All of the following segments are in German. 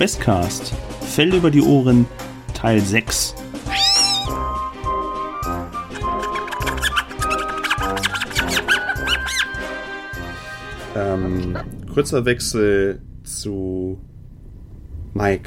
Questcast. Fell über die Ohren, Teil 6. Kurzer Wechsel zu Mike.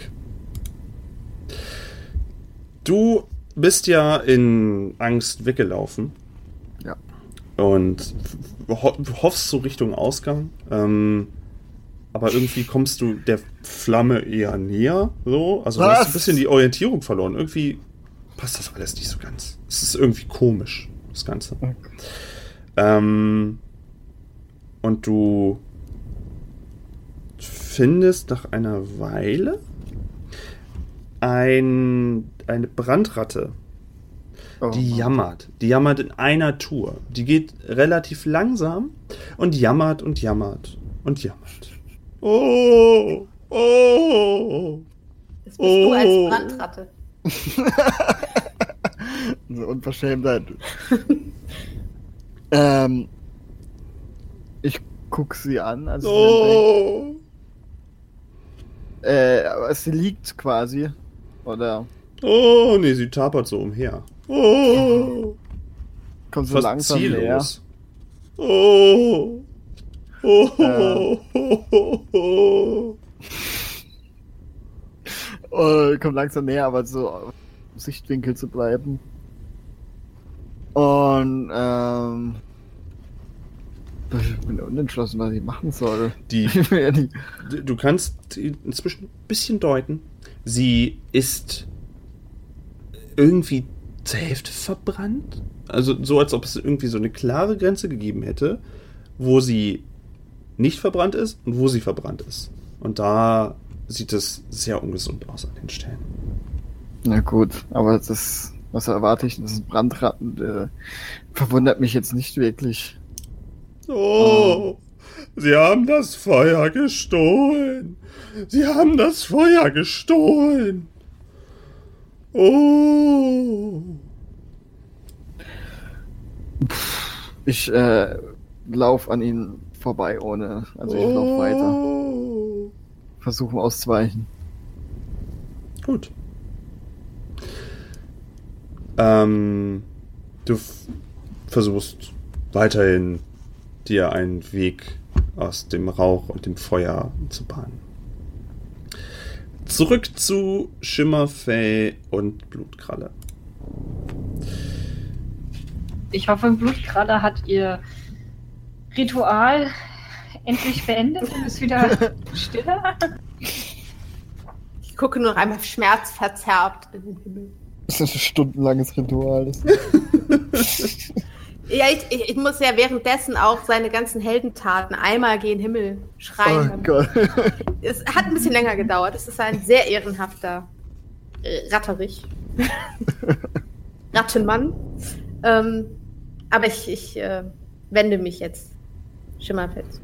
Du bist ja in Angst weggelaufen. Ja. Und hoffst so Richtung Ausgang. Aber irgendwie kommst du der Flamme eher näher. So. Also du hast ein bisschen die Orientierung verloren. Irgendwie passt das alles nicht so ganz. Es ist irgendwie komisch, das Ganze. Okay. Und du findest nach einer Weile eine Brandratte, die jammert. Die jammert in einer Tour. Die geht relativ langsam und jammert und jammert und jammert. Oh, oh, das bist du als Brandratte. So Unverschämtheit. Ich guck sie an. Also aber sie liegt quasi. Oder? Oh, nee, sie tapert so umher. Oh. Kommt so fast langsam ziellos. Oh. Oh. Kommt langsam näher, aber so auf Sichtwinkel zu bleiben. Und ich bin unentschlossen, was ich machen soll. Du kannst inzwischen ein bisschen deuten. Sie ist irgendwie zur Hälfte verbrannt. Also so, als ob es irgendwie so eine klare Grenze gegeben hätte, wo sie nicht verbrannt ist und wo sie verbrannt ist. Und da sieht es sehr ungesund aus an den Stellen. Na gut, aber das, was erwarte ich, das sind Brandratten, verwundert mich jetzt nicht wirklich. Oh, Sie haben das Feuer gestohlen. Sie haben das Feuer gestohlen. Oh. Ich lauf an ihnen vorbei also ich lauf weiter. Versuchen auszuweichen. Gut. Du versuchst weiterhin dir einen Weg aus dem Rauch und dem Feuer zu bahnen. Zurück zu Schimmerfell und Blutkralle. Ich hoffe, Blutkralle hat ihr Ritual endlich beendet und ist wieder stiller. Ich gucke nur noch einmal schmerzverzerrt in den Himmel. Das ist ein stundenlanges Ritual. Ja, ich muss ja währenddessen auch seine ganzen Heldentaten einmal gen Himmel schreien. Oh Gott. Es hat ein bisschen länger gedauert. Es ist ein sehr ehrenhafter Ratterich. Rattenmann. Aber ich wende mich jetzt Schimmerfell zu.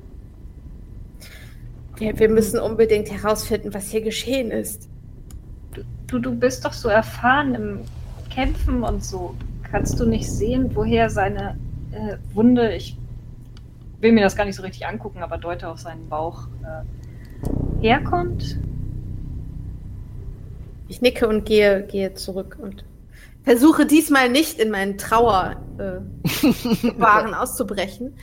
Wir müssen unbedingt herausfinden, was hier geschehen ist. Du bist doch so erfahren im Kämpfen und so. Kannst du nicht sehen, woher seine Wunde, ich will mir das gar nicht so richtig angucken, aber deute auf seinen Bauch, herkommt? Ich nicke und gehe zurück und versuche diesmal nicht in meinen Trauergebaren auszubrechen,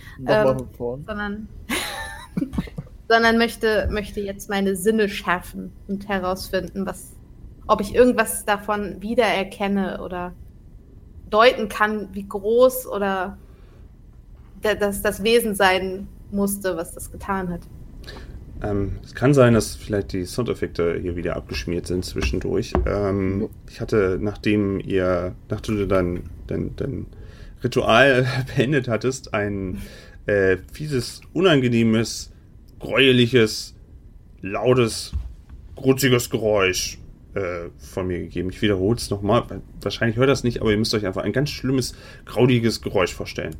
sondern möchte jetzt meine Sinne schärfen und herausfinden, ob ich irgendwas davon wiedererkenne oder deuten kann, wie groß oder das Wesen sein musste, was das getan hat. Es kann sein, dass vielleicht die Soundeffekte hier wieder abgeschmiert sind zwischendurch. Ich hatte, nachdem du dein Ritual beendet hattest, ein fieses, unangenehmes, gräuliches, lautes, grutziges Geräusch von mir gegeben. Ich wiederhole es nochmal, weil wahrscheinlich hört das nicht, aber ihr müsst euch einfach ein ganz schlimmes, graudiges Geräusch vorstellen.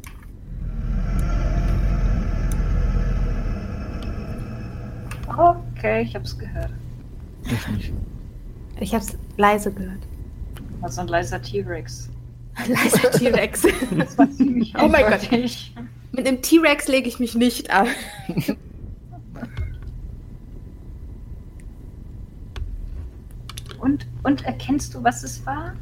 Okay, ich hab's gehört. Ich nicht. Ich hab's leise gehört. Also ein leiser T-Rex. Leiser T-Rex. Das war ziemlich Oh mein Gott. eindeutig. Mit einem T-Rex lege ich mich nicht an. Und erkennst du, was es war?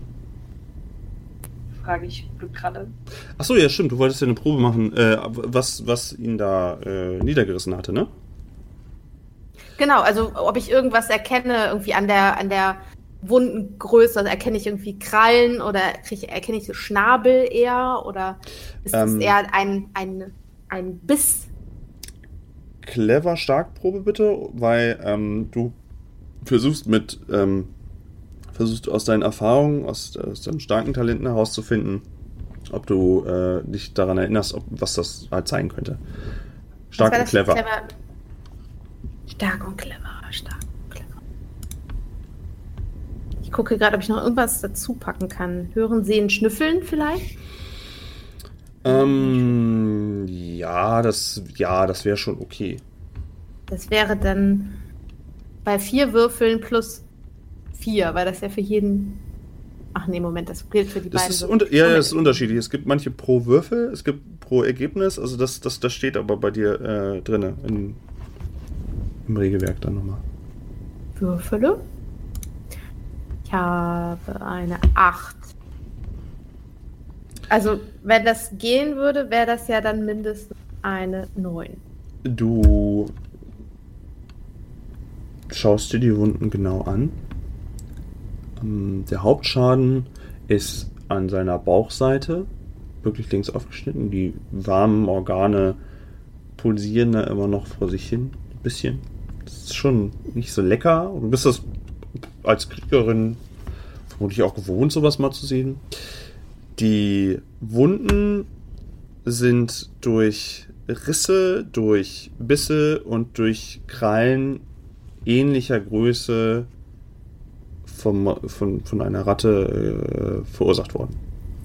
Frage ich Blutkralle. Achso, ja, stimmt. Du wolltest ja eine Probe machen, was ihn da niedergerissen hatte, ne? Genau, also ob ich irgendwas erkenne, irgendwie an der Wundengröße, also erkenne ich irgendwie Krallen oder erkenne ich so Schnabel eher oder ist es eher ein Biss? Clever Starkprobe bitte, weil du versuchst aus deinen Erfahrungen, aus deinen starken Talenten herauszufinden, ob du dich daran erinnerst, was das halt sein könnte. Stark und clever. Stark und clever. Ich gucke gerade, ob ich noch irgendwas dazu packen kann. Hören, sehen, schnüffeln vielleicht? Ja, das wäre schon okay. Das wäre dann bei 4 Würfeln plus 4, weil das ja für jeden... Ach nee, Moment, das gilt für die beiden. Das ist unterschiedlich. Es gibt manche pro Würfel, es gibt pro Ergebnis, also das steht aber bei dir drin im Regelwerk dann nochmal. Würfele. Ich habe eine 8. Also, wenn das gehen würde, wäre das ja dann mindestens eine 9. Du schaust dir die Wunden genau an. Der Hauptschaden ist an seiner Bauchseite, wirklich links aufgeschnitten. Die warmen Organe pulsieren da immer noch vor sich hin, ein bisschen. Das ist schon nicht so lecker. Du bist das als Kriegerin vermutlich auch gewohnt, sowas mal zu sehen. Die Wunden sind durch Risse, durch Bisse und durch Krallen ähnlicher Größe von einer Ratte verursacht worden.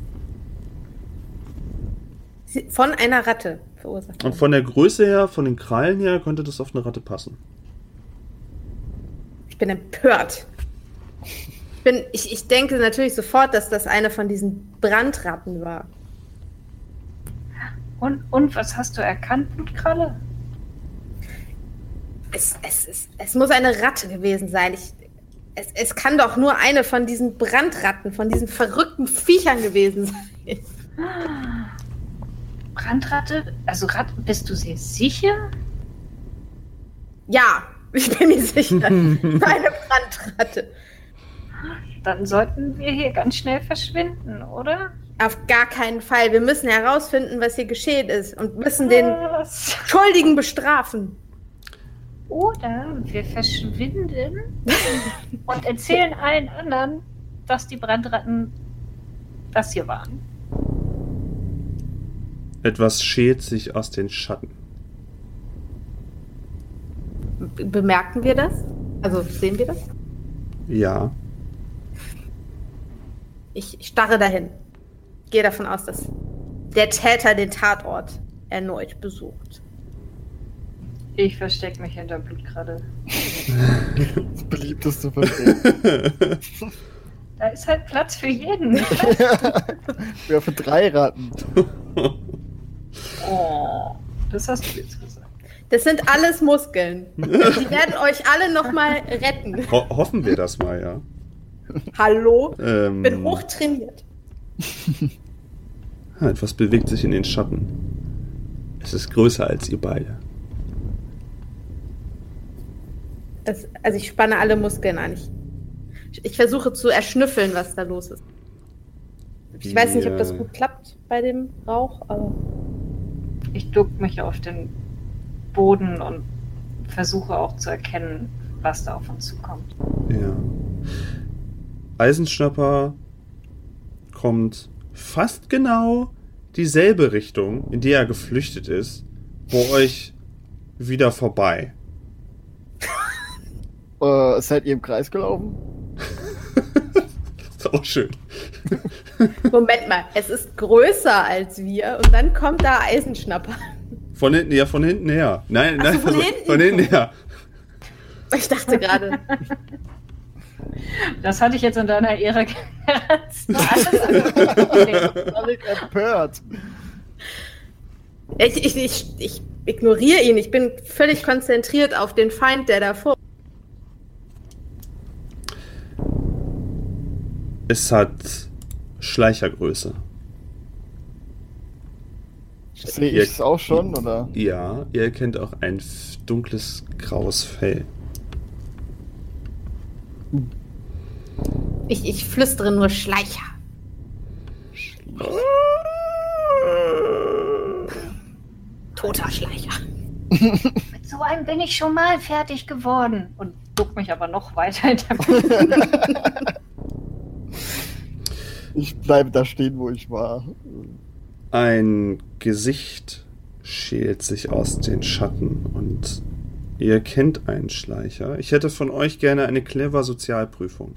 Von einer Ratte verursacht worden. Und von der Größe her, von den Krallen her, könnte das auf eine Ratte passen. Ich bin empört. Ich denke natürlich sofort, dass das eine von diesen Brandratten war. Und was hast du erkannt, Blutkralle? Es muss eine Ratte gewesen sein. Es kann doch nur eine von diesen Brandratten, von diesen verrückten Viechern gewesen sein. Brandratte? Also bist du sehr sicher? Ja, ich bin mir sicher. Eine Brandratte. Dann sollten wir hier ganz schnell verschwinden, oder? Auf gar keinen Fall. Wir müssen herausfinden, was hier geschehen ist und müssen den Schuldigen bestrafen. Oder wir verschwinden und erzählen allen anderen, dass die Brandratten das hier waren. Etwas schält sich aus den Schatten. Bemerken wir das? Also sehen wir das? Ja. Ich starre dahin. Gehe davon aus, dass der Täter den Tatort erneut besucht. Ich verstecke mich hinter Blutkralle. Das beliebteste Versteck. Da ist halt Platz für jeden. Ja, für 3 Ratten. Oh, das hast du jetzt gesagt. Das sind alles Muskeln. Die werden euch alle nochmal retten. Hoffen wir das mal, ja. Hallo? Bin hochtrainiert. Etwas bewegt sich in den Schatten. Es ist größer als ihr beide. Also ich spanne alle Muskeln an. Ich versuche zu erschnüffeln, was da los ist. Ich weiß nicht, ob das gut klappt bei dem Rauch, aber... Ich duck mich auf den Boden und versuche auch zu erkennen, was da auf uns zukommt. Ja. Eisenschnapper kommt fast genau dieselbe Richtung, in die er geflüchtet ist, vor euch wieder vorbei. Seid ihr im Kreis gelaufen? Das ist auch schön. Moment mal, es ist größer als wir und dann kommt da Eisenschnapper. Von hinten her. Nein, Ach so, von hinten her. Ich dachte gerade. Das hatte ich jetzt in deiner Ehre geratzt. Völlig empört. Ich ignoriere ihn. Ich bin völlig konzentriert auf den Feind, der davor. Es hat Schleichergröße. Sehe ich es auch schon, oder? Ja, ihr erkennt auch ein dunkles graues Fell. Ich flüstere nur Schleicher. Toter Schleicher. Mit so einem bin ich schon mal fertig geworden. Und duck mich aber noch weiter hinter. Ich bleibe da stehen, wo ich war. Ein Gesicht schält sich aus den Schatten und ihr kennt einen Schleicher. Ich hätte von euch gerne eine clever Sozialprüfung.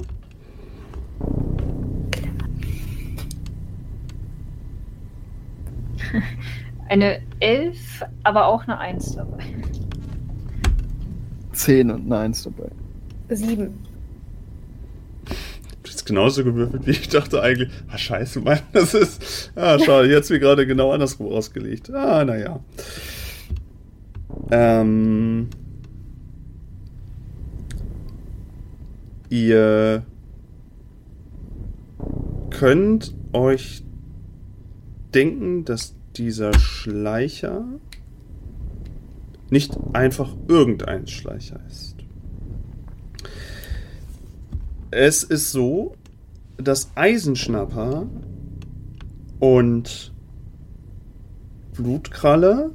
Eine 11, aber auch eine 1 dabei. 10 und eine 1 dabei. 7. Ich hab's genauso gewürfelt, wie ich dachte eigentlich. Ah, scheiße, Mann, das ist... Ah, schade, jetzt mir gerade genau andersrum ausgelegt. Ah, naja. Ihr könnt euch denken, dass dieser Schleicher nicht einfach irgendein Schleicher ist. Es ist so, dass Eisenschnapper und Blutkralle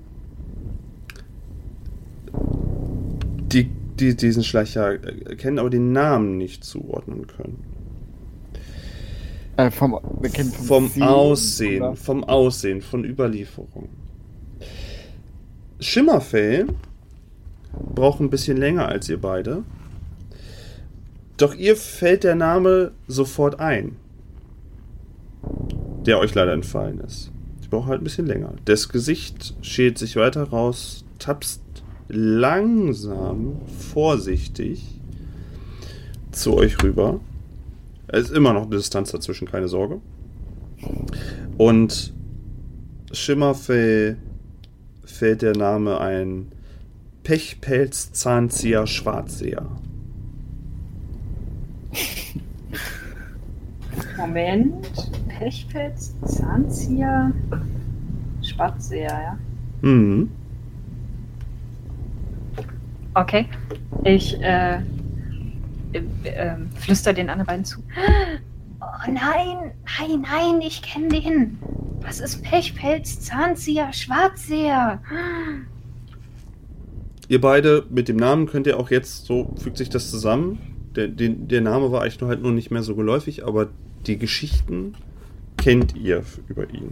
die diesen Schleicher kennen, aber den Namen nicht zuordnen können. Wir kennen vom Aussehen, von Überlieferung. Schimmerfell braucht ein bisschen länger als ihr beide. Doch ihr fällt der Name sofort ein, der euch leider entfallen ist. Ich brauche halt ein bisschen länger. Das Gesicht schält sich weiter raus, tapst langsam, vorsichtig zu euch rüber. Es ist immer noch eine Distanz dazwischen, keine Sorge. Und Schimmerfell fällt der Name ein: Pechpelz Zahnzieher Schwarzseher. Moment. Pechpelz, Zahnzieher, Schwarzseher, ja? Mhm. Okay. Ich flüster den anderen beiden zu. Oh nein, ich kenne den. Was ist Pechpelz, Zahnzieher, Schwarzseher? Ihr beide mit dem Namen könnt ihr auch jetzt, so fügt sich das zusammen. Der Name war eigentlich nur nicht mehr so geläufig, aber die Geschichten kennt ihr über ihn.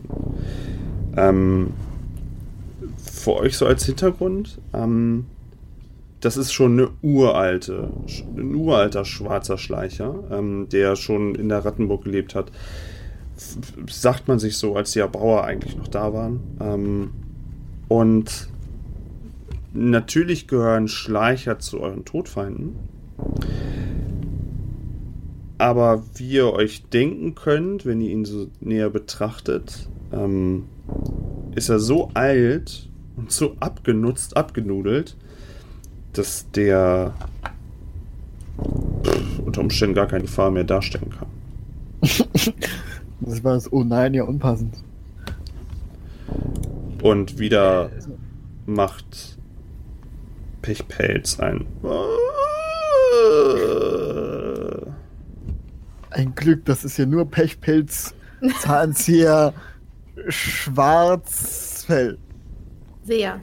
Für euch so als Hintergrund, das ist schon ein uralter schwarzer Schleicher, der schon in der Rattenburg gelebt hat. Sagt man sich so, als die Erbauer eigentlich noch da waren. Und natürlich gehören Schleicher zu euren Todfeinden. Aber wie ihr euch denken könnt, wenn ihr ihn so näher betrachtet, ist er so alt und so abgenutzt, abgenudelt, dass der unter Umständen gar keine Gefahr mehr darstellen kann. Das war das Oh nein, ja unpassend. Und wieder macht Pechpelz ein Glück, das ist ja nur Pechpelz, Zahnzieher, Schwarzfell. Sehr.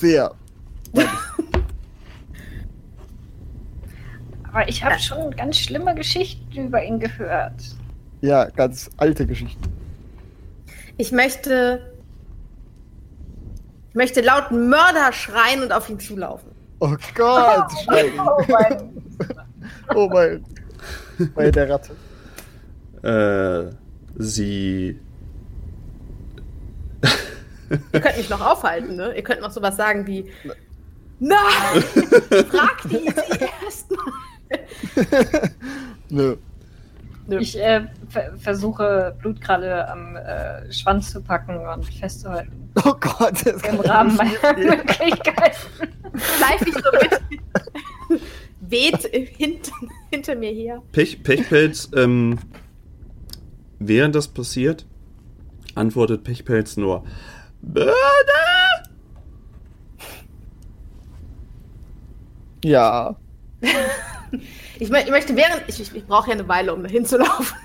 Aber ich habe schon ganz schlimme Geschichten über ihn gehört. Ja, ganz alte Geschichten. Ich möchte laut Mörder schreien und auf ihn zulaufen. Oh Gott, oh mein. Bei der Ratte. Sie... Ihr könnt mich noch aufhalten, ne? Ihr könnt noch sowas sagen wie: Nein! Frag die erstmal! Nö. Ich versuche Blutkralle am Schwanz zu packen und festzuhalten. Oh Gott, das Im Rahmen meiner Möglichkeiten. Schleif ich so mit. Weht hinter mir her. Pechpelz während das passiert, antwortet Pechpelz nur Böde! Ja. Ich möchte ich brauche ja eine Weile, um da hinzulaufen.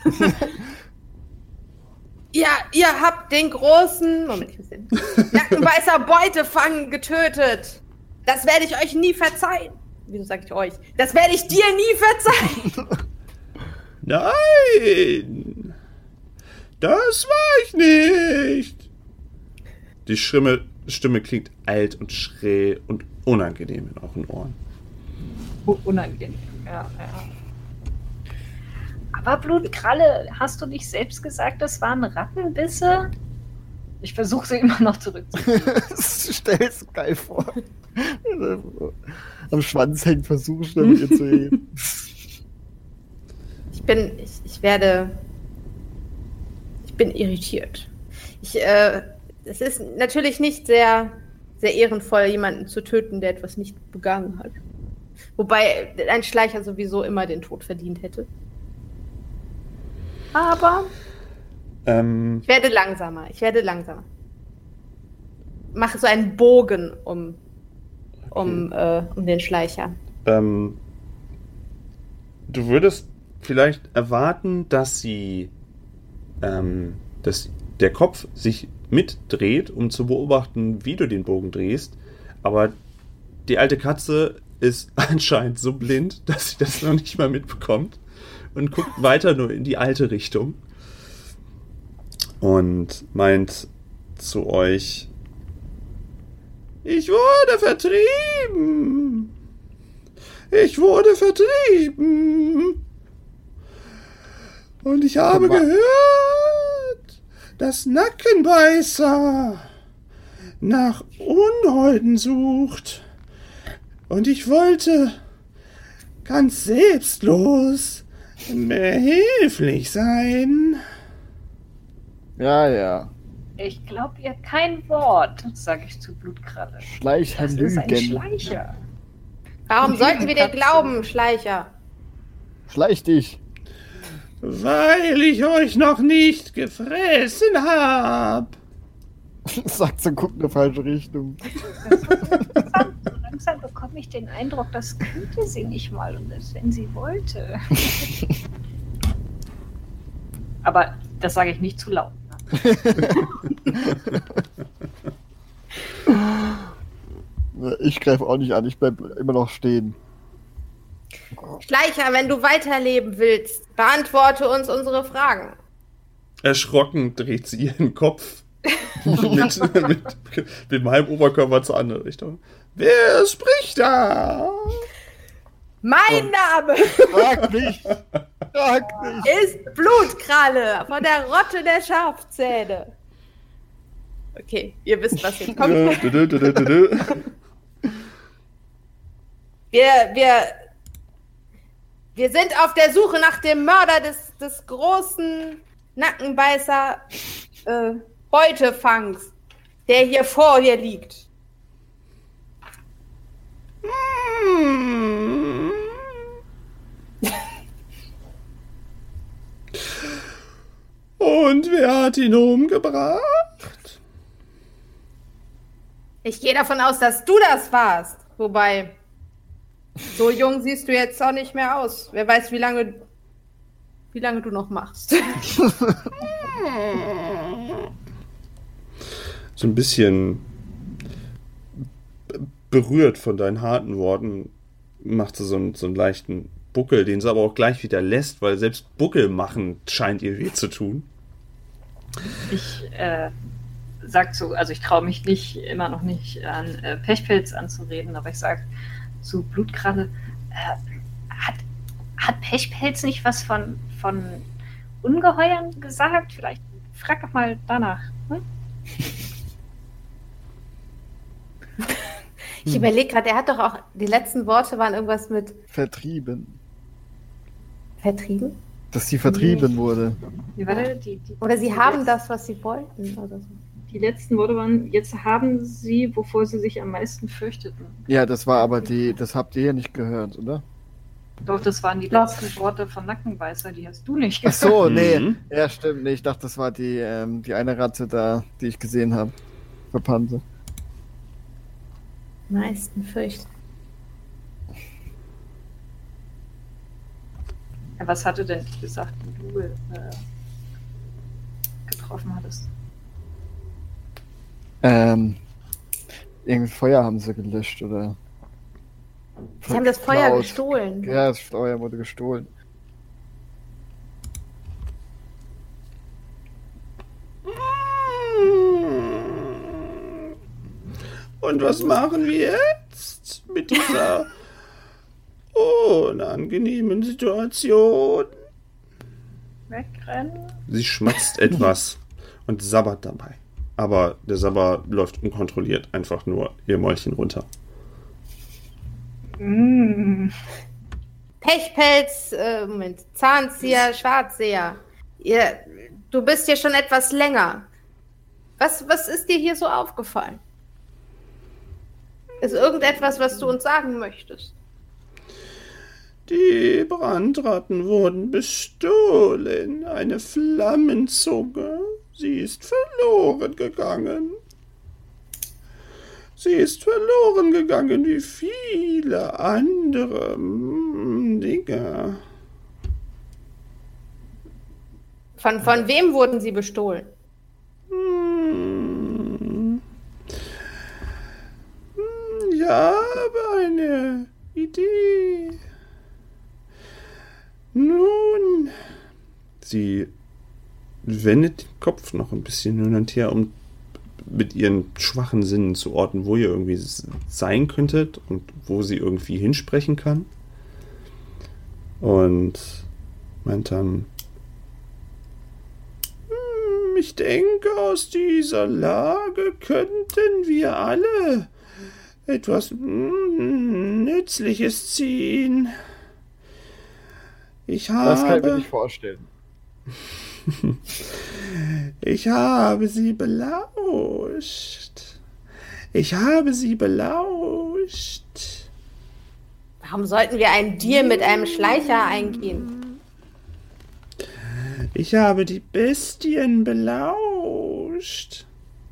Ja, ihr habt den großen, Moment, ich muss den Nackenbeißer Beutefang getötet. Das werde ich euch nie verzeihen. Wieso sage ich euch? Das werde ich dir nie verzeihen. Nein! Das war ich nicht! Die Stimme klingt alt und schrill und unangenehm in euren Ohren. Unangenehm, ja. Aber Blutkralle, hast du nicht selbst gesagt, das waren Rattenbisse? Ich versuche sie immer noch zurückzuziehen. Stell es geil vor. Am Schwanz hängt, versuchst du mit ihr zu reden. Ich bin irritiert. Es ist natürlich nicht sehr, sehr ehrenvoll, jemanden zu töten, der etwas nicht begangen hat. Wobei ein Schleicher sowieso immer den Tod verdient hätte. Aber ich werde langsamer. Mache so einen Bogen um den Schleicher. Du würdest vielleicht erwarten, dass dass der Kopf sich mitdreht, um zu beobachten, wie du den Bogen drehst. Aber die alte Katze ist anscheinend so blind, dass sie das noch nicht mal mitbekommt und guckt weiter nur in die alte Richtung und meint zu euch: Ich wurde vertrieben! Und ich habe gehört, dass Nackenbeißer nach Unholden sucht. Und ich wollte ganz selbstlos behilflich sein. Ja. Ich glaube ihr kein Wort, sage ich zu Blutkralle. Schleicher Das lügen. ist ein Schleicher. Warum sollten wir dir glauben, Schleicher? Schleich dich. Weil ich euch noch nicht gefressen hab. Sagt so, guckt in eine falsche Richtung. Langsam bekomme ich den Eindruck, das könnte sie nicht mal, und das, wenn sie wollte. Aber das sage ich nicht zu laut. Ich greife auch nicht an, ich bleib immer noch stehen. Schleicher, wenn du weiterleben willst, beantworte uns unsere Fragen. Erschrocken dreht sie ihren Kopf mit meinem Oberkörper zur anderen Richtung. Wer spricht da? Mein Name Frag nicht! ist Blutkralle von der Rotte der Schafzähne. Okay, ihr wisst, was jetzt kommt. Wir sind auf der Suche nach dem Mörder des großen Nackenbeißer Beutefangs, der hier vor dir liegt. Und wer hat ihn umgebracht? Ich gehe davon aus, dass du das warst. Wobei, so jung siehst du jetzt auch nicht mehr aus. Wer weiß, wie lange du noch machst. So ein bisschen berührt von deinen harten Worten macht sie so einen leichten Buckel, den sie aber auch gleich wieder lässt, weil selbst Buckel machen scheint ihr weh zu tun. Ich sag so, also ich traue mich immer noch nicht an Pechpelz anzureden, aber ich sag zu Blutkralle, hat Pechpelz nicht was von Ungeheuern gesagt? Vielleicht frag doch mal danach. Hm? Ich überlege gerade, er hat doch auch, die letzten Worte waren irgendwas mit Vertrieben. vertrieben? Dass sie vertrieben wurde. Wie war das? Oder sie haben das, was sie wollten oder so. Die letzten Worte waren, jetzt haben sie, wovor sie sich am meisten fürchteten. Ja, das war aber das habt ihr ja nicht gehört, oder? Doch, das waren die letzten Worte von Nackenbeißer, die hast du nicht Ach gesagt. so, nee. Mhm. Ja, stimmt. Nee, ich dachte, das war die eine Ratte da, die ich gesehen habe. Verpannte. Meisten fürchten. Ja, was hatte denn die gesagt, die du getroffen hattest? Irgendwie Feuer haben sie gelöscht, oder? Sie haben das Feuer Geklaut. gestohlen. Ja, das Feuer wurde gestohlen. Und was machen wir jetzt mit dieser unangenehmen Situation? Wegrennen? Sie schmatzt etwas und sabbert dabei. Aber der Sabber läuft unkontrolliert einfach nur ihr Mäulchen runter. Pechpelz, Zahnzieher, Schwarzseher. Du bist hier schon etwas länger. Was ist dir hier so aufgefallen? Ist irgendetwas, was du uns sagen möchtest? Die Brandratten wurden bestohlen. Eine Flammenzunge. Sie ist verloren gegangen. Sie ist verloren gegangen wie viele andere Dinge. Von wem wurden sie bestohlen? Ich habe eine Idee. Nun, sie wendet den Kopf noch ein bisschen hin und her, um mit ihren schwachen Sinnen zu orten, wo ihr irgendwie sein könntet und wo sie irgendwie hinsprechen kann. Und meint dann, ich denke, aus dieser Lage könnten wir alle etwas Nützliches ziehen. Das kann ich mir nicht vorstellen. Ich habe sie belauscht. Warum sollten wir einen Deal mit einem Schleicher eingehen? Ich habe die Bestien belauscht.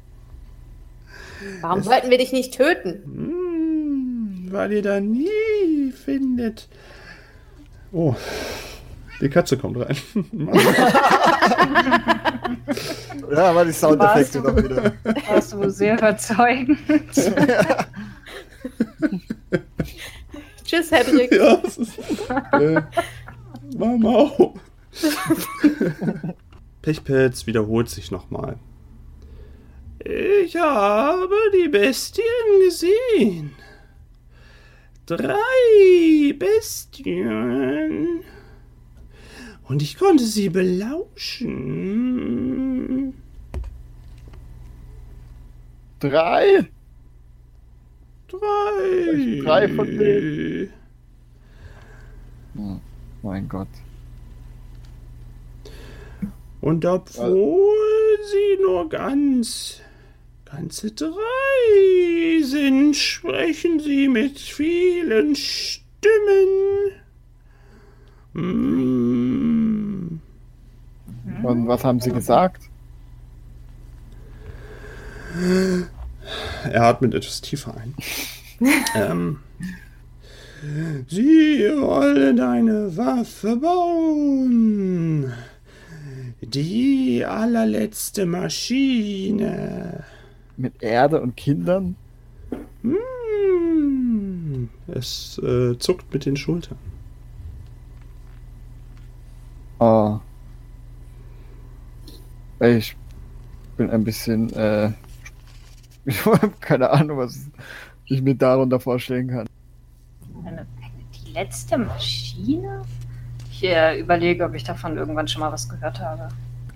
Warum sollten wir dich nicht töten? Weil ihr da nie findet. Oh, die Katze kommt rein. Ja, aber die Soundeffekte noch wieder. Warst du sehr überzeugend. Tschüss, Hedrick. Ja, das ist, Mama. Pechpelz wiederholt sich nochmal. Ich habe die Bestien gesehen. 3 Bestien. Und ich konnte sie belauschen. 3? 3. 3 von denen. Oh, mein Gott. Und obwohl sie nur ganze 3 sind, sprechen sie mit vielen Stimmen. Und was haben sie gesagt? Er atmet etwas tiefer ein. Sie wollen eine Waffe bauen. Die allerletzte Maschine. Mit Erde und Kindern? Es zuckt mit den Schultern. Oh. Ich bin ein bisschen, ich habe keine Ahnung, was ich mir darunter vorstellen kann. Die letzte Maschine? Ich überlege, ob ich davon irgendwann schon mal was gehört habe.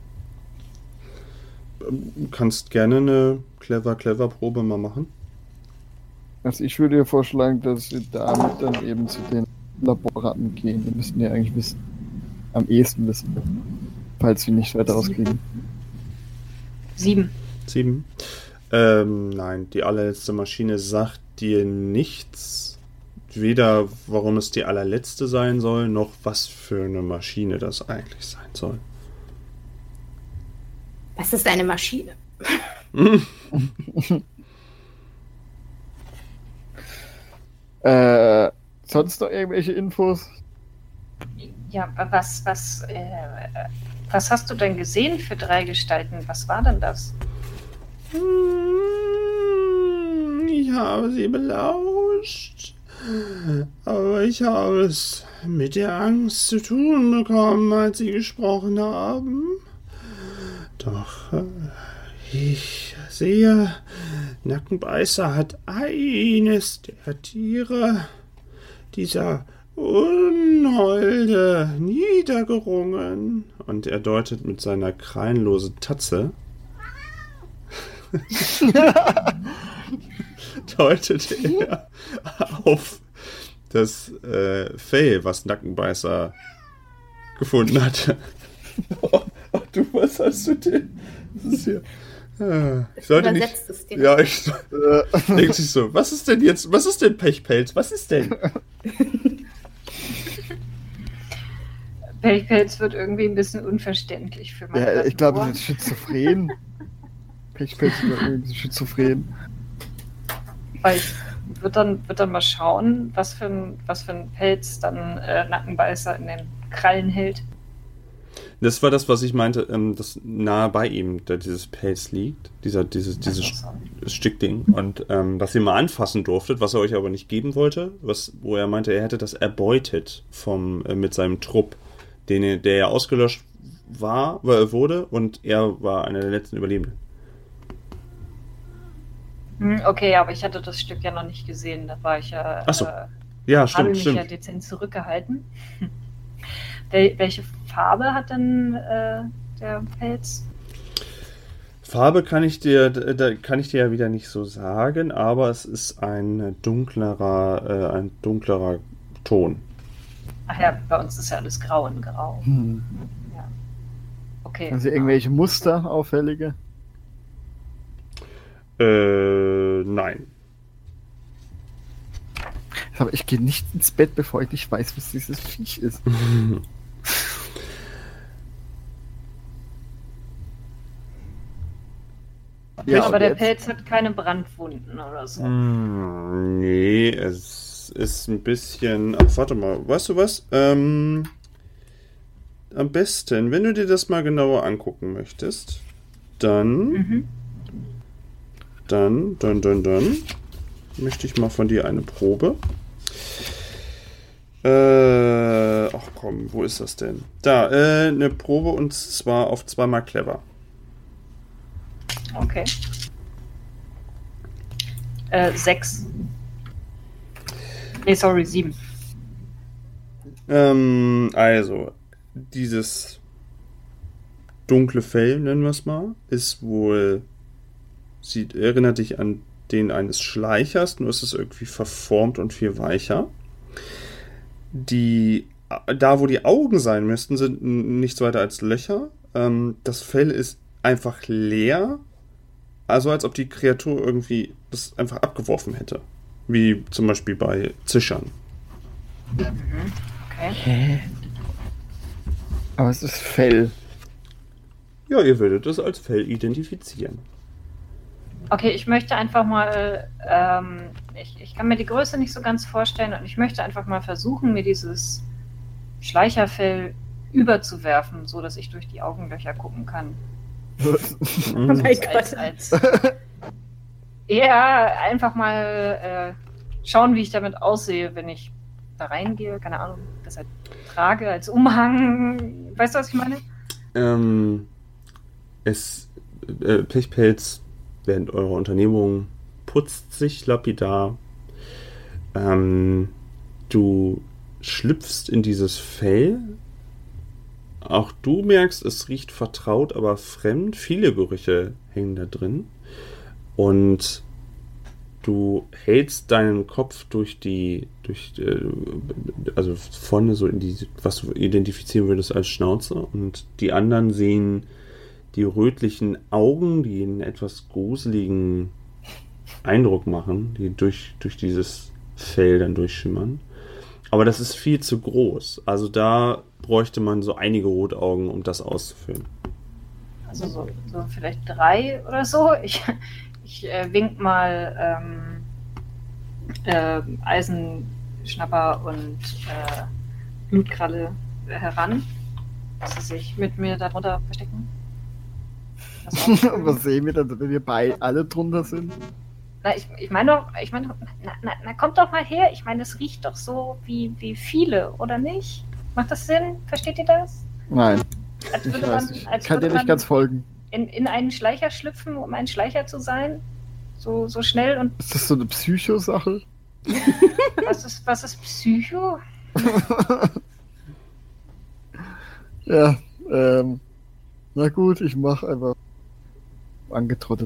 Du kannst gerne eine Clever-Probe mal machen. Also ich würde ja vorschlagen, dass wir damit dann eben zu den Laborratten gehen. Wir müssen ja eigentlich wissen, am ehesten wissen, falls wir nicht weiter rauskriegen. 7. Nein, die allerletzte Maschine sagt dir nichts. weder, warum es die allerletzte sein soll, noch was für eine Maschine das eigentlich sein soll. Was ist eine Maschine? Sonst noch irgendwelche Infos? Ja, was hast du denn gesehen für 3 Gestalten? Was war denn das? Ich habe sie belauscht, aber ich habe es mit der Angst zu tun bekommen, als sie gesprochen haben. Doch ich sehe, Nackenbeißer hat eines der Tiere dieser Unholde niedergerungen. Und er deutet mit seiner krallenlosen Tatze deutet er auf das Fell, was Nackenbeißer gefunden hatte. Du, was hast du denn? Das ist hier. Ich sollte nicht. Ja, ich denke sich so, was ist denn jetzt? Was ist denn Pechpelz? Was ist denn? Pechpelz wird irgendwie ein bisschen unverständlich für meine Ja, ich glaube, das ist schizophren. Pechpelz ist irgendwie ein bisschen schizophren. Weil ich würde dann mal schauen, was für ein Pelz dann Nackenbeißer in den Krallen hält. Das war das, was ich meinte, das nahe bei ihm, da dieses Pelz liegt, dieses Stück Ding. Und was ihr mal anfassen durftet, was er euch aber nicht geben wollte, wo er meinte, er hätte das erbeutet mit seinem Trupp, der ja ausgelöscht wurde und er war einer der letzten Überlebenden. Okay, aber ich hatte das Stück ja noch nicht gesehen, da war ich ja. Ach so. Ja, habe mich stimmt. ja dezent zurückgehalten. Welche Farbe hat denn der Pelz? Farbe kann ich dir ja wieder nicht so sagen, aber es ist ein dunklerer Ton. Ach ja, bei uns ist ja alles grau in grau. Ja. Okay. Also irgendwelche Muster, auffällige? Nein. Aber ich gehe nicht ins Bett, bevor ich nicht weiß, was dieses Viech ist. Ja, aber der Pelz hat keine Brandwunden oder so. Nee, es ist ein bisschen... Ach, warte mal, weißt du was? Am besten, wenn du dir das mal genauer angucken möchtest, dann möchte ich mal von dir eine Probe. Ach komm, wo ist das denn? Da, eine Probe und zwar auf 2-mal clever. Okay. 6. Nee, sorry, 7. Also, dieses dunkle Fell, nennen wir es mal, ist wohl... erinnert dich an den eines Schleichers, nur ist es irgendwie verformt und viel weicher. Da, wo die Augen sein müssten, sind nichts weiter als Löcher. Das Fell ist einfach leer. Also als ob die Kreatur irgendwie das einfach abgeworfen hätte. Wie zum Beispiel bei Zischern. Okay. Hä? Aber es ist Fell. Ja, ihr würdet es als Fell identifizieren. Okay, ich möchte einfach mal, ich kann mir die Größe nicht so ganz vorstellen und ich möchte einfach mal versuchen, mir dieses Schleicherfell überzuwerfen, so dass ich durch die Augenlöcher gucken kann. Oh mein Gott. Ja, einfach mal schauen, wie ich damit aussehe, wenn ich da reingehe, keine Ahnung, das halt trage als Umhang. Weißt du, was ich meine? Pechpelz während eurer Unternehmung putzt sich lapidar. Du schlüpfst in dieses Fell. Auch du merkst, es riecht vertraut, aber fremd. Viele Gerüche hängen da drin. Und du hältst deinen Kopf also vorne so in die, was du identifizieren würdest als Schnauze. Und die anderen sehen die rötlichen Augen, die einen etwas gruseligen Eindruck machen, die durch dieses Fell dann durchschimmern. Aber das ist viel zu groß. Also da bräuchte man so einige Rotaugen, um das auszufüllen. Also so vielleicht 3 oder so. Ich wink mal Eisenschnapper und Blutkralle heran, dass sie sich mit mir darunter verstecken. Was sehen wir dann, wenn wir alle drunter sind? Na, ich meine doch, na, kommt doch mal her. Ich meine, es riecht doch so wie viele, oder nicht? Macht das Sinn? Versteht ihr das? Nein. Ich kann dir nicht ganz folgen. In einen Schleicher schlüpfen, um ein Schleicher zu sein? So schnell und... Ist das so eine Psycho-Sache? Was ist Psycho? Ja, na gut, ich mach einfach angetrottet.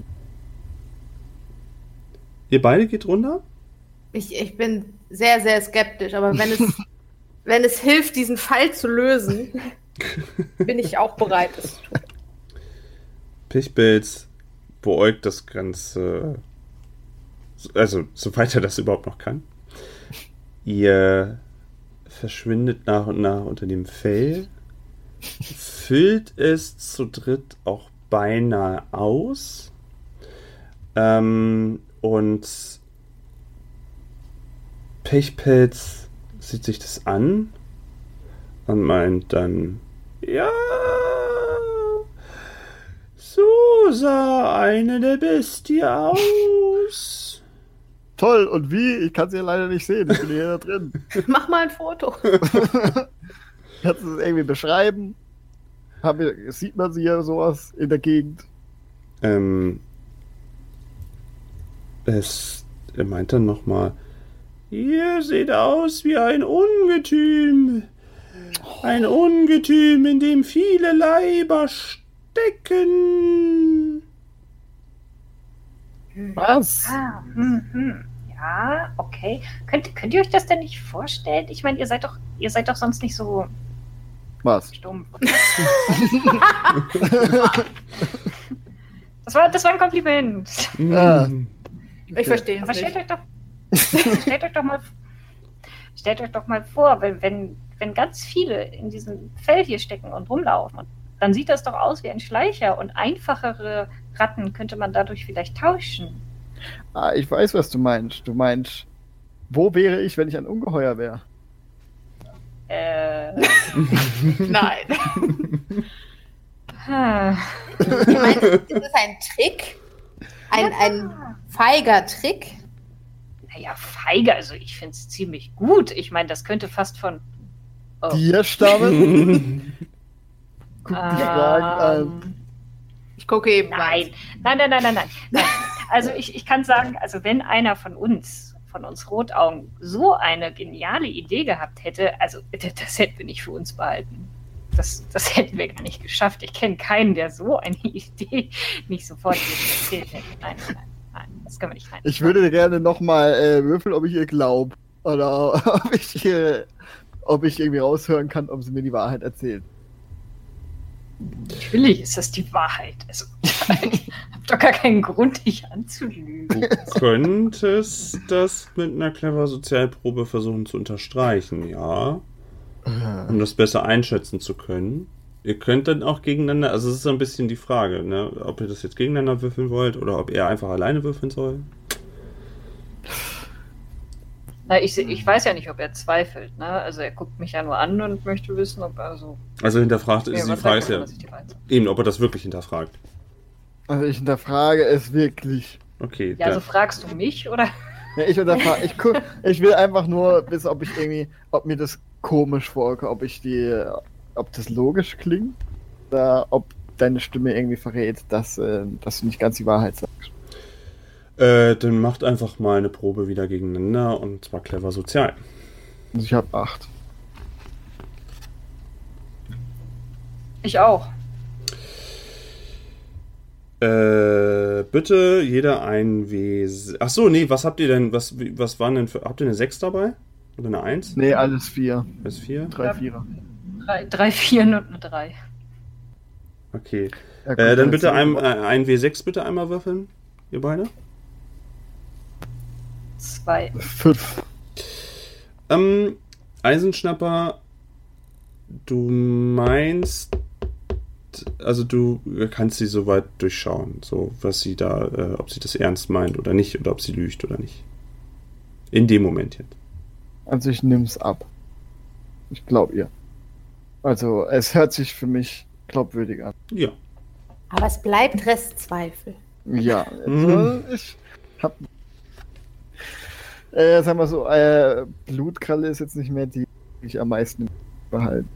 Ihr beide geht runter? Ich bin sehr, sehr skeptisch, aber wenn es hilft, diesen Fall zu lösen, bin ich auch bereit, es zu tun. Pichpilz beäugt das Ganze, also soweit er das überhaupt noch kann. Ihr verschwindet nach und nach unter dem Fell, füllt es zu dritt auch beinahe aus, und Pechpelz sieht sich das an und meint dann, ja, so sah eine der Bestie aus. Toll, und wie? Ich kann sie ja leider nicht sehen, ich bin hier da drin. Mach mal ein Foto. Kannst du das irgendwie beschreiben? Sieht man sie ja sowas in der Gegend? Er meint dann nochmal, ihr seht aus wie ein Ungetüm. Ein Ungetüm, in dem viele Leiber stecken. Was? Ja, okay. Könnt ihr euch das denn nicht vorstellen? Ich meine, ihr seid doch sonst nicht so Was? stumpf. Das war ein Kompliment. Ja. Ich verstehe es Aber nicht. stellt euch doch mal vor, wenn ganz viele in diesem Feld hier stecken und rumlaufen, dann sieht das doch aus wie ein Schleicher und einfachere Ratten könnte man dadurch vielleicht tauschen. Ah, ich weiß, was du meinst. Du meinst, wo wäre ich, wenn ich ein Ungeheuer wäre? Nein. Hm. Ich meine, ist es ein Trick? Ein feiger Trick? Naja, feige, also ich finde es ziemlich gut. Ich meine, das könnte fast von... Oh. Dir stammen? Guck die Fragen an. Ich gucke eben. Nein. Also ich kann sagen, also wenn einer von uns Rotaugen so eine geniale Idee gehabt hätte, also das hätten wir nicht für uns behalten. Das hätten wir gar nicht geschafft. Ich kenne keinen, der so eine Idee nicht sofort erzählt hätte. Nein, das können wir nicht. Nein. Ich würde gerne nochmal würfeln, ob ich ihr glaube. Oder ob ich irgendwie raushören kann, ob sie mir die Wahrheit erzählt. Natürlich ist das die Wahrheit. Also, ich habe doch gar keinen Grund, dich anzulügen. Du könntest das mit einer clever Sozialprobe versuchen zu unterstreichen, ja. Um das besser einschätzen zu können. Ihr könnt dann auch gegeneinander, also es ist so ein bisschen die Frage, ne, ob ihr das jetzt gegeneinander würfeln wollt oder ob er einfach alleine würfeln soll. Na, ich weiß ja nicht, ob er zweifelt, ne? Also er guckt mich ja nur an und möchte wissen, ob er so... Also hinterfragt ist die Frage ja eben, ob er das wirklich hinterfragt. Also ich hinterfrage es wirklich. Okay. Ja, also fragst du mich, oder? Ja, ich will einfach nur wissen, ob mir das komisch vorkommt, ob das logisch klingt, oder ob deine Stimme irgendwie verrät, dass du nicht ganz die Wahrheit sagst. Dann macht einfach mal eine Probe wieder gegeneinander und zwar clever sozial. Also ich habe 8. Ich auch. Bitte jeder ein W. Achso, nee, was habt ihr denn? Was waren denn für. Habt ihr eine 6 dabei? Oder eine 1? Nee, alles 4. Alles 4? 3 Vierer. 3 Vieren und eine 3. Okay. Ja, Dann bitte ein W6 bitte einmal würfeln. Ihr beide? 2. 5. Eisenschnapper, du meinst, also du kannst sie soweit durchschauen, so was sie da, ob sie das ernst meint oder nicht, oder ob sie lügt oder nicht. In dem Moment jetzt. Also ich nimm's ab. Ich glaube ihr. Also es hört sich für mich glaubwürdig an. Ja. Aber es bleibt Restzweifel. Ja, also ich hab... sagen wir so, Blutkralle ist jetzt nicht mehr die, die ich am meisten behalte.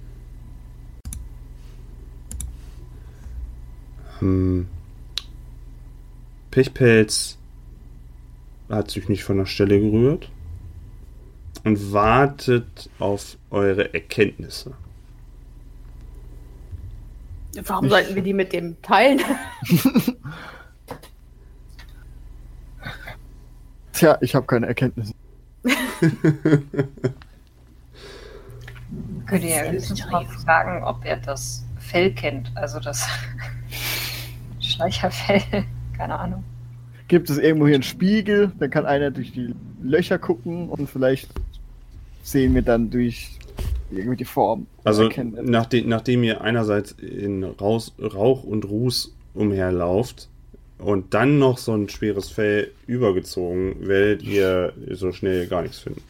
Pechpelz hat sich nicht von der Stelle gerührt und wartet auf eure Erkenntnisse. Warum sollten wir die mit dem teilen? Tja, ich habe keine Erkenntnisse. Könnt ihr ja höchstens mal fragen, ob er das Fell kennt, also das Schleicherfell, keine Ahnung. Gibt es irgendwo hier einen Spiegel, dann kann einer durch die Löcher gucken und vielleicht sehen wir dann durch irgendwie die Form. Also nachdem ihr einerseits in Rauch und Ruß umherlauft und dann noch so ein schweres Fell übergezogen, werdet ihr so schnell gar nichts finden.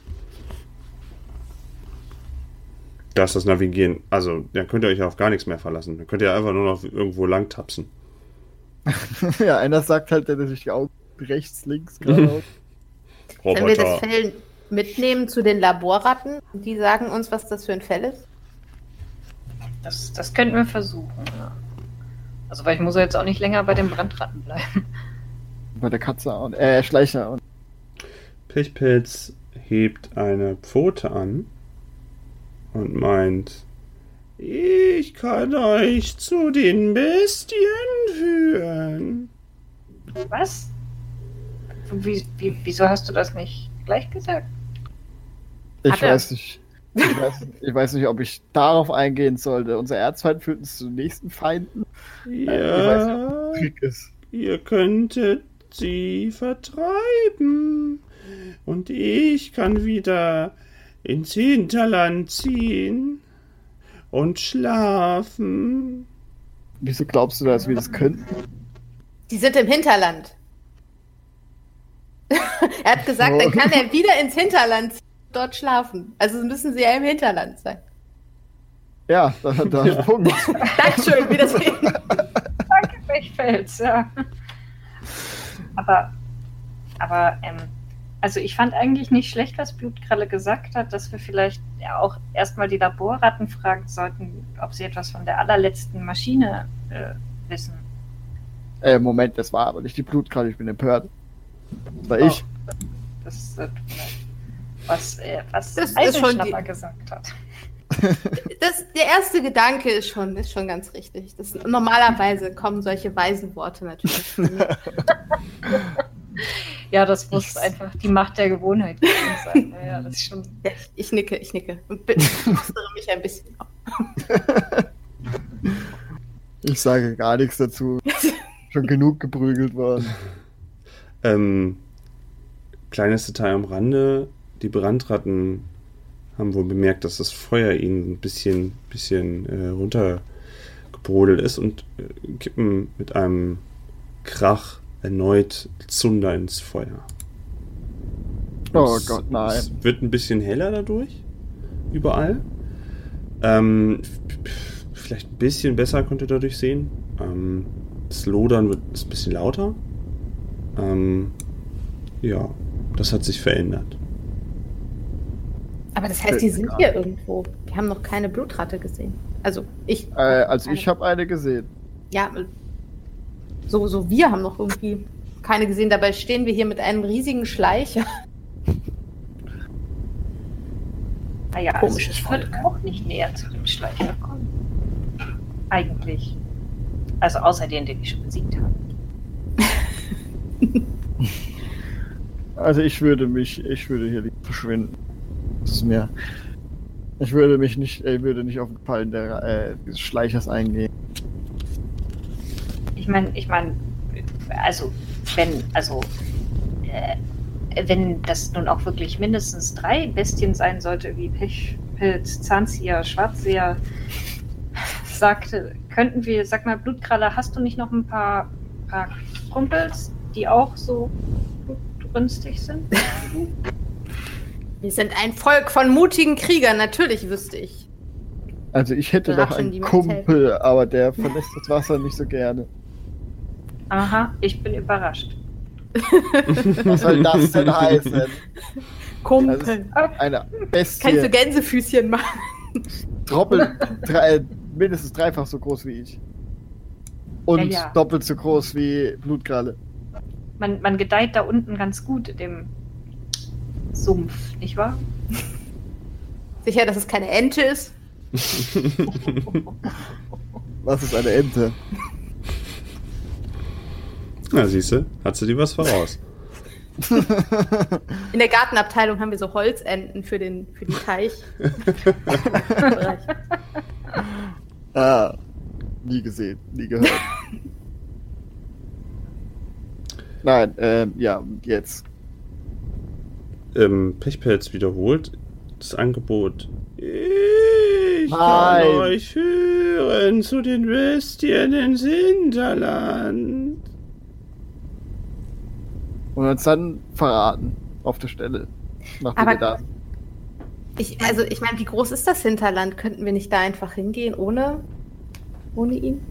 Da ist das Navigieren, also dann könnt ihr euch auf gar nichts mehr verlassen. Dann könnt ihr einfach nur noch irgendwo lang tapsen. Ja, einer sagt halt, der sich die Augen rechts, links, geradeaus. Wenn wir das Fell mitnehmen zu den Laborratten, die sagen uns, was das für ein Fell ist? Das könnten wir versuchen, ja. Also, weil ich muss ja jetzt auch nicht länger bei den Brandratten bleiben. Bei der Katze und Schleicher und. Pechpelz hebt eine Pfote an und meint: Ich kann euch zu den Bestien führen. Was? Wieso hast du das nicht gleich gesagt? Ich weiß nicht, ob ich darauf eingehen sollte. Unser Erzfeind führt uns zu nächsten Feinden. Ja, ich weiß nicht, ob das Krieg ist. Ihr könntet sie vertreiben. Und ich kann wieder ins Hinterland ziehen und schlafen. Wieso glaubst du, dass wir das könnten? Die sind im Hinterland. Er hat gesagt, dann kann er wieder ins Hinterland ziehen und dort schlafen. Also müssen sie ja im Hinterland sein. Ja, da ist Punkt. Dankeschön, wie das geht. Danke, Pechpelz, ja. Aber also ich fand eigentlich nicht schlecht, was Blutkralle gesagt hat, dass wir vielleicht ja auch erstmal die Laborratten fragen sollten, ob sie etwas von der allerletzten Maschine wissen. Moment, das war aber nicht die Blutkralle, ich bin empört. Das war ich. Das was Das Eisenschnapper gesagt hat. Der erste Gedanke ist schon ganz richtig. Normalerweise kommen solche weisen Worte natürlich von mir. Ja, das muss einfach die Macht der Gewohnheit gewesen sein. Ja, das ist schon... Ja, ich nicke und flüstere mich ein bisschen auf. Ich sage gar nichts dazu. Schon genug geprügelt worden. Kleines Detail am Rande. Die Brandratten haben wohl bemerkt, dass das Feuer ihnen ein bisschen runtergebrodelt ist und kippen mit einem Krach erneut Zunder ins Feuer. Oh Gott, nein. Es wird ein bisschen heller dadurch. Überall. Vielleicht ein bisschen besser könnt ihr dadurch sehen. Das Lodern ist ein bisschen lauter. Ja, das hat sich verändert. Aber das heißt, die sind hier irgendwo. Wir haben noch keine Blutratte gesehen. Also ich. Ich habe eine gesehen. Ja, so wir haben noch irgendwie keine gesehen. Dabei stehen wir hier mit einem riesigen Schleicher. Naja, also ich würde auch nicht näher zu dem Schleicher kommen. Eigentlich. Also außer den ich schon besiegt habe. Also ich würde hier nicht verschwinden. Das ist mir. Ich würde nicht auf den Gefallen des Schleichers eingehen. Ich meine, wenn das nun auch wirklich mindestens 3 Bestien sein sollte, wie Pechpilz, Zahnzieher, Schwarzseher sagte, könnten wir, sag mal, Blutkralle, hast du nicht noch ein paar Kumpels, die auch so blutrünstig sind? Wir sind ein Volk von mutigen Kriegern, natürlich wüsste ich. Also ich hätte noch Ratschen, die einen mir Kumpel, aber der verlässt das Wasser nicht so gerne. Aha, ich bin überrascht. Was soll das denn heißen? Das Kumpel. ist eine Kannst du Bestie. Gänsefüßchen machen? Mindestens 3-fach so groß wie ich. Und Ja. doppelt so groß wie Blutkralle. Man gedeiht da unten ganz gut in dem Sumpf, nicht wahr? Sicher, dass es keine Ente ist? Was ist eine Ente? Na, siehste, hat sie dir was voraus. In der Gartenabteilung haben wir so Holzenten für den Teich. Ah, nie gesehen, nie gehört. Nein, ja, jetzt. Pechpelz wiederholt das Angebot. Ich Nein. kann euch führen zu den Bestien ins Hinterland. Und uns dann verraten. Auf der Stelle. Nachdem Aber- wir da sind. Ich meine, wie groß ist das Hinterland? Könnten wir nicht da einfach hingehen ohne ihn?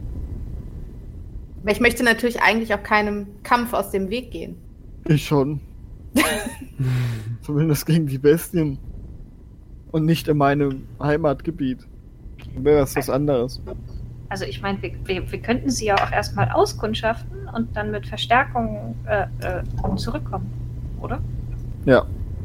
Weil ich möchte natürlich eigentlich auch keinem Kampf aus dem Weg gehen. Ich schon. Zumindest gegen die Bestien. Und nicht in meinem Heimatgebiet. Wäre das was anderes. Also ich meine, wir könnten sie ja auch erstmal auskundschaften und dann mit Verstärkung zurückkommen, oder? Ja.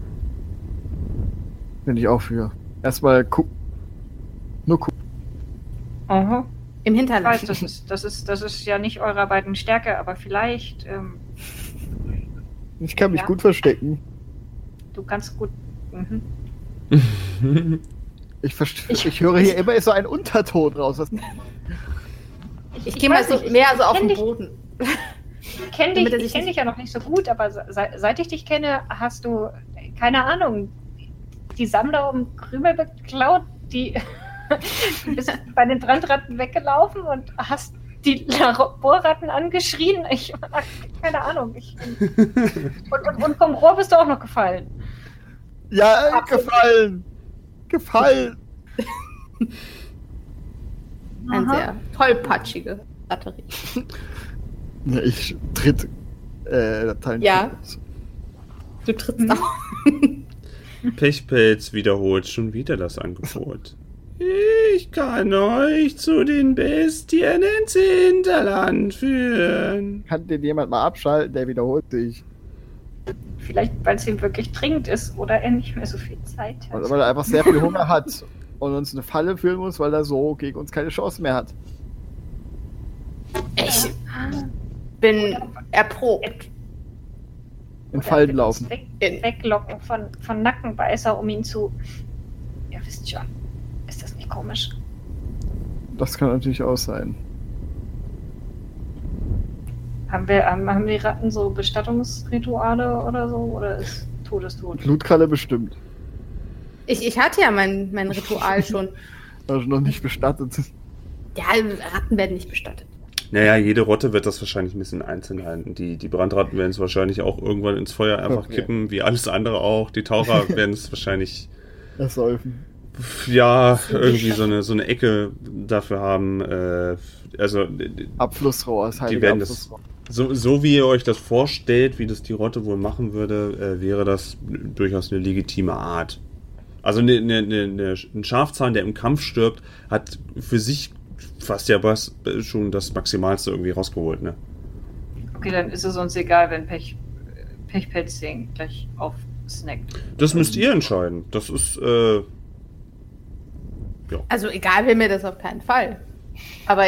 Bin ich auch für. Erstmal gucken. Nur gucken. Aha. Im Ich Hinterland. weiß, das ist ja nicht eurer beiden Stärke, aber vielleicht, Ich kann mich Ja. gut verstecken. du kannst gut. Mhm. Ich höre hier immer so einen Unterton raus. Was, Ich gehe mal weiß so nicht, mehr so auf kenn den dich- Boden. Ich kenne Damit er dich, sich kenn dich ja noch nicht so gut, aber seit ich dich kenne, hast du, keine Ahnung, die Sammler um Krümel beklaut, du bist bei den Brandratten weggelaufen und hast die Laborratten angeschrien. Keine Ahnung. Und vom Rohr bist du auch noch gefallen. ja, Absolut. gefallen. Gefallen. Eine Aha. sehr tollpatschige Batterie. Ja, ich tritt Dateien. Ja. Du trittst auf. Pechpelz wiederholt schon wieder das Angebot. Ich kann euch zu den Bestien ins Hinterland führen. Kann den jemand mal abschalten, der wiederholt sich. Vielleicht, weil es ihm wirklich dringend ist oder er nicht mehr so viel Zeit hat. Weil er einfach sehr viel Hunger hat und uns eine Falle führen muss, weil er so gegen uns keine Chance mehr hat. Ich bin erprobt. In Oder Fallen will laufen. uns Weglocken von Nackenbeißer, um ihn zu. Ihr wisst schon. Ist das nicht komisch? Das kann natürlich auch sein. Haben die Ratten so Bestattungsrituale oder so? Oder ist Todestod? Blutkralle bestimmt. Ich hatte ja mein Ritual schon. Also noch nicht bestattet. Ja, Ratten werden nicht bestattet. Naja, jede Rotte wird das wahrscheinlich ein bisschen einzeln halten. Die Brandratten werden es wahrscheinlich auch irgendwann ins Feuer einfach Okay. kippen, wie alles andere auch. Die Taucher werden es wahrscheinlich, Ersäufen. ja, irgendwie so eine Ecke dafür haben. Also, Abflussrohr ist heilige werden das- Abflussrohr. so wie ihr euch das vorstellt, wie das die Rotte wohl machen würde, wäre das durchaus eine legitime Art. Also ein Schafzahn, der im Kampf stirbt, hat für sich fast ja schon das Maximalste irgendwie rausgeholt, ne? Okay, dann ist es uns egal, wenn Pechpelz den gleich aufsnackt. Das müsst ihr entscheiden. Das ist, Also egal wäre mir das auf keinen Fall. Aber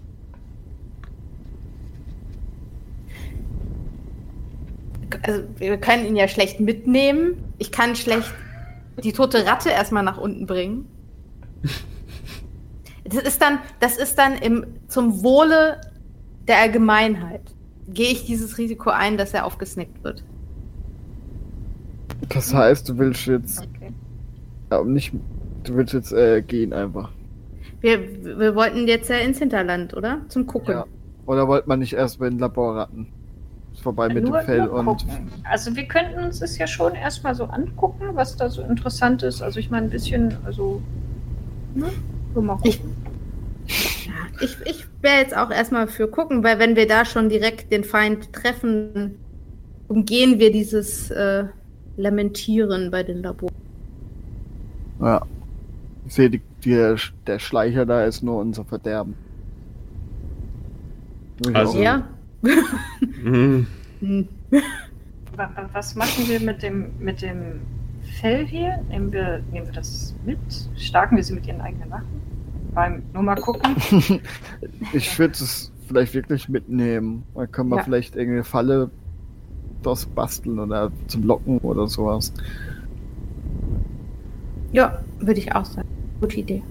also wir können ihn ja schlecht mitnehmen. Ich kann schlecht die tote Ratte erstmal nach unten bringen. Das ist dann zum Wohle der Allgemeinheit. Gehe ich dieses Risiko ein, dass er aufgesnickt wird. Das heißt, du willst jetzt Okay. nicht. Du willst jetzt gehen einfach. Wir wollten jetzt ja ins Hinterland, oder? Zum Gucken. Ja. Oder wollte man nicht erst bei den Laborratten? Ist vorbei mit Nur dem Fell gucken. und. Also wir könnten uns das ja schon erstmal so angucken, was da so interessant ist. Also ich meine ein bisschen, also ne? So mal gucken. Ich wäre jetzt auch erstmal für gucken, weil wenn wir da schon direkt den Feind treffen, umgehen wir dieses Lamentieren bei den Laboren. Ja. Ich sehe, der Schleicher da ist nur unser Verderben. Also- Ja. Mhm. Hm. Was machen wir mit dem Fell hier? Nehmen wir das mit? Starken wir sie mit ihren eigenen Waffen? Nur mal gucken. Ich würde es vielleicht wirklich mitnehmen. Dann können wir Ja. vielleicht irgendeine Falle daraus basteln oder zum Locken oder sowas. Ja, würde ich auch sagen. Gute Idee.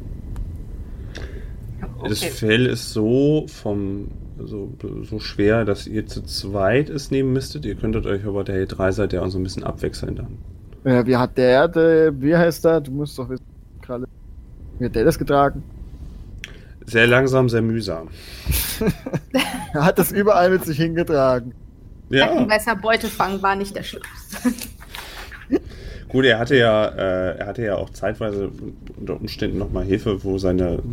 Das Okay. Fell ist so so schwer, dass ihr zu zweit es nehmen müsstet. Ihr könntet euch aber, der ihr 3 seid, ja auch so ein bisschen abwechseln dann. Ja, wie hat wie heißt der? Du musst doch wissen, Kralle. Wie hat der das getragen? Sehr langsam, sehr mühsam. Er hat das überall mit sich hingetragen. Ja, Weißer Beutefang war nicht der Schlimmste. gut, er hatte ja auch zeitweise unter Umständen nochmal Hilfe, wo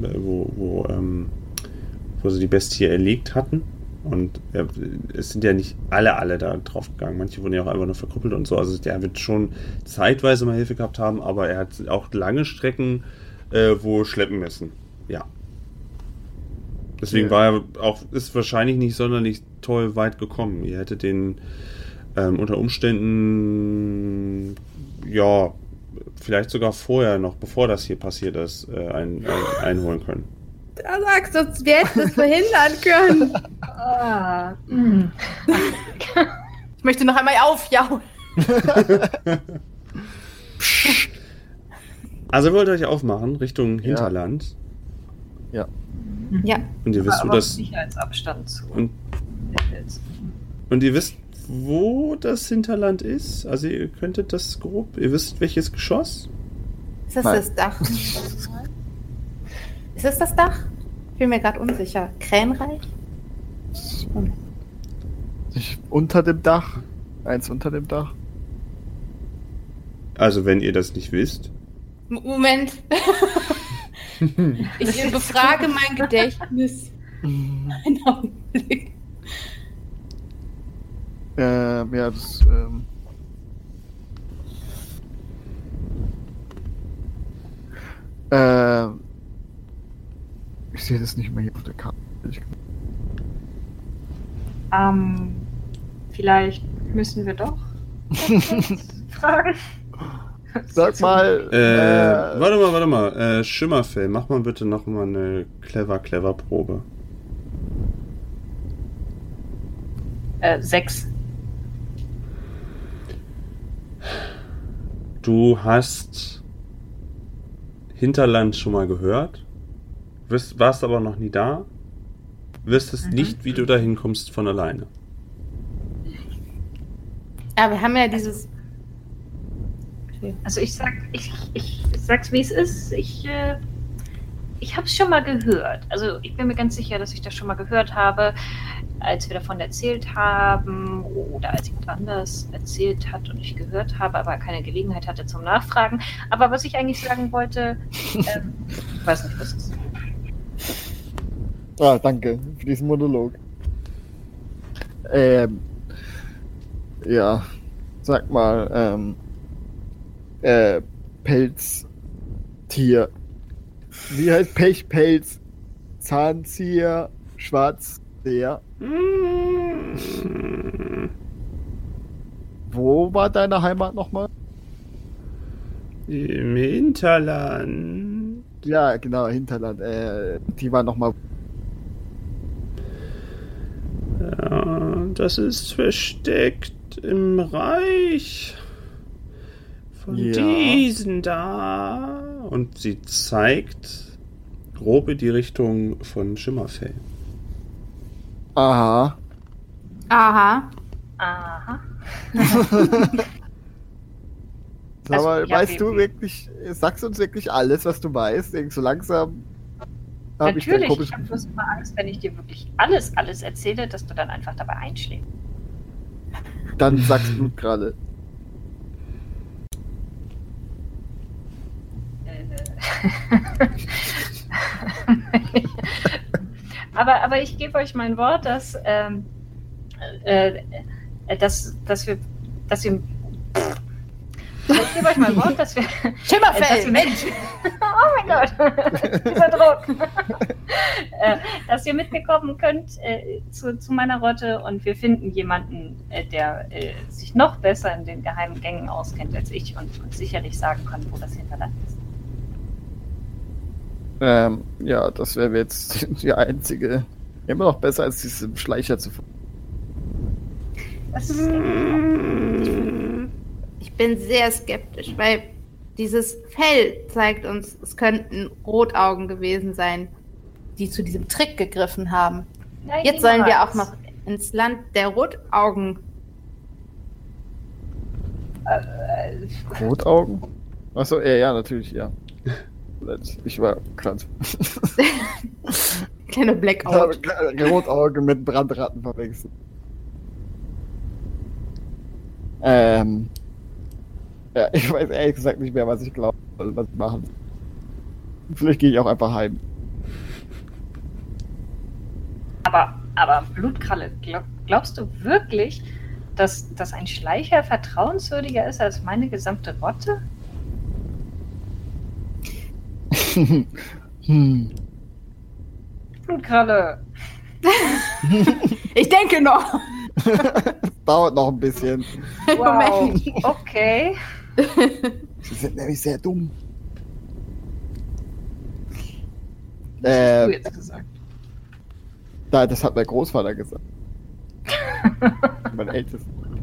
sie die Bestie erlegt hatten. Und es sind ja nicht alle da drauf gegangen. Manche wurden ja auch einfach nur verkrüppelt und so. Also der wird schon zeitweise mal Hilfe gehabt haben, aber er hat auch lange Strecken wo schleppen müssen. Ja. Deswegen Ja. war er auch, ist wahrscheinlich nicht sonderlich toll weit gekommen. Ihr hättet den unter Umständen, ja, vielleicht sogar vorher noch, bevor das hier passiert ist, einholen können. Da sagst du, wir hätten es verhindern können. Ah, Ich möchte noch einmal aufjaulen. Also ihr wollt euch aufmachen Richtung Hinterland. Ja. Und ihr wisst, wo aber das. Sicherheitsabstand zu. Und, und ihr wisst, wo das Hinterland ist? Also ihr könntet das grob. Ihr wisst, welches Geschoss? Ist das Nein. das Dach? Ist das das Dach? Ich bin mir gerade unsicher. Krähenreich? Unter dem Dach. Eins unter dem Dach. Also wenn ihr das nicht wisst. Moment. Ich befrage mein Gedächtnis. Einen Augenblick. Ja, das. Ich sehe das nicht mehr hier auf der Karte. Vielleicht müssen wir doch fragen. Sag mal. Warte mal. Schimmerfell, mach mal bitte nochmal eine clever Probe. 6. Du hast Hinterland schon mal gehört, warst aber noch nie da, wüsstest nicht, wie du da hinkommst von alleine. Ja, wir haben ja dieses. Also ich sag's, wie es ist. Ich habe es schon mal gehört. Also ich bin mir ganz sicher, dass ich das schon mal gehört habe, als wir davon erzählt haben oder als jemand anders erzählt hat und ich gehört habe, aber keine Gelegenheit hatte zum Nachfragen. Aber was ich eigentlich sagen wollte, ich weiß nicht, was es ist. Danke für diesen Monolog. Ja, sag mal, Pelztier. Wie heißt Pechpelz? Zahnzieher, Schwarzseher. Wo war deine Heimat nochmal? Im Hinterland. Ja, genau, Hinterland. Die war nochmal. Ja, das ist versteckt im Reich von diesen da. Und sie zeigt grob in die Richtung von Schimmerfell. Aha. Aha. Aha. Aber ja, weißt du wirklich, sagst du uns wirklich alles, was du weißt? Denk so langsam. Natürlich, ich habe bloß immer Angst, wenn ich dir wirklich alles erzähle, dass du dann einfach dabei einschläfst. Dann sagst du gerade. aber ich gebe euch mein Wort, dass wir ich gebe euch mein Wort, dass wir Schimmerfell, Mensch! Oh mein Gott, dieser Druck. Dass ihr mit mir kommen könnt zu meiner Rotte und wir finden jemanden, der sich noch besser in den geheimen Gängen auskennt als ich und sicherlich sagen kann, wo das Hinterland ist. Ja, das wäre jetzt die einzige. Immer noch besser als diesem Schleicher zu. Das ist Ich bin sehr skeptisch, weil dieses Fell zeigt uns, es könnten Rotaugen gewesen sein, die zu diesem Trick gegriffen haben. Nein, Jetzt sollen wir niemals. auch noch ins Land der Rotaugen. Rotaugen? Achso, ja, natürlich, ja. Ich war krank. Kleine Blackout. Rotaugen mit Brandratten verwechselt. Ja, ich weiß ehrlich gesagt nicht mehr, was ich glaube, was ich machen soll. Vielleicht gehe ich auch einfach heim. Aber Blutkralle, glaubst du wirklich, dass ein Schleicher vertrauenswürdiger ist als meine gesamte Rotte? Blutkralle. Ich denke noch. Dauert noch ein bisschen. Wow. Moment. Okay. Sie sind nämlich sehr dumm. Was hast du jetzt gesagt? Das hat mein Großvater gesagt. Mein Ältester.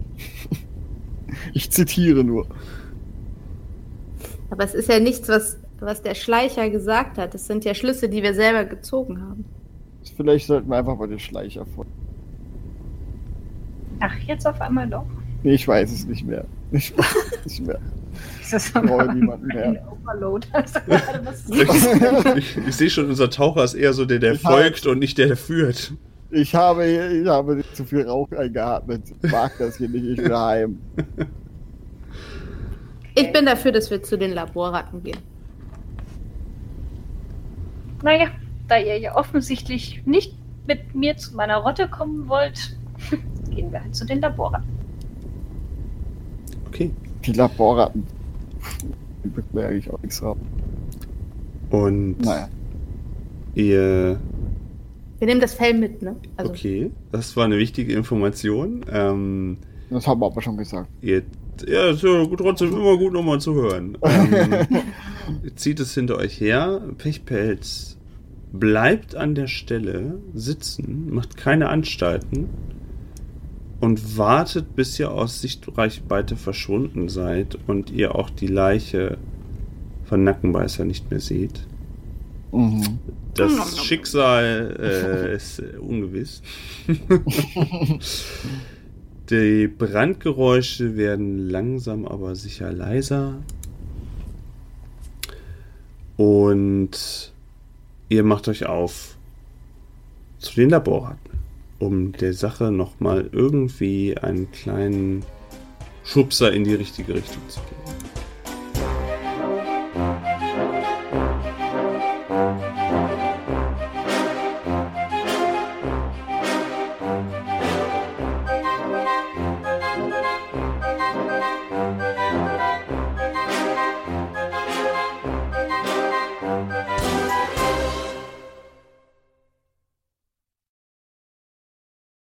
Ich zitiere nur. Aber es ist ja nichts, was der Schleicher gesagt hat. Es sind ja Schlüsse, die wir selber gezogen haben. Vielleicht sollten wir einfach mal den Schleicher folgen. Ach, jetzt auf einmal doch. Nee, ich weiß es nicht mehr. Ich weiß es nicht mehr. Das ist brauche niemanden mehr. ein Overload. Also gerade was Ich sehe schon, unser Taucher ist eher so der Ich folgt halt. und nicht der führt. Ich habe zu viel Rauch eingeatmet. Ich mag das hier nicht. Ich will heim. Ich bin dafür, dass wir zu den Laborratten gehen. Naja, da ihr ja offensichtlich nicht mit mir zu meiner Rotte kommen wollt, gehen wir halt zu den Laborratten. Okay. Die Laborratten. Die bringt mir eigentlich auch nichts raus. Und Naja. ihr... Wir nehmen das Fell mit, ne? Also, Okay, das war eine wichtige Information. Das haben wir aber schon gesagt. Ihr ist ja trotzdem immer gut nochmal zu hören. Ihr zieht es hinter euch her. Pechpelz bleibt an der Stelle sitzen, macht keine Anstalten und wartet, bis ihr aus Sichtreichweite verschwunden seid und ihr auch die Leiche von Nackenbeißer nicht mehr seht. Mhm. Das Schicksal ist ungewiss. Die Brandgeräusche werden langsam aber sicher leiser. Und ihr macht euch auf zu den Laborratten, um der Sache nochmal irgendwie einen kleinen Schubser in die richtige Richtung zu geben.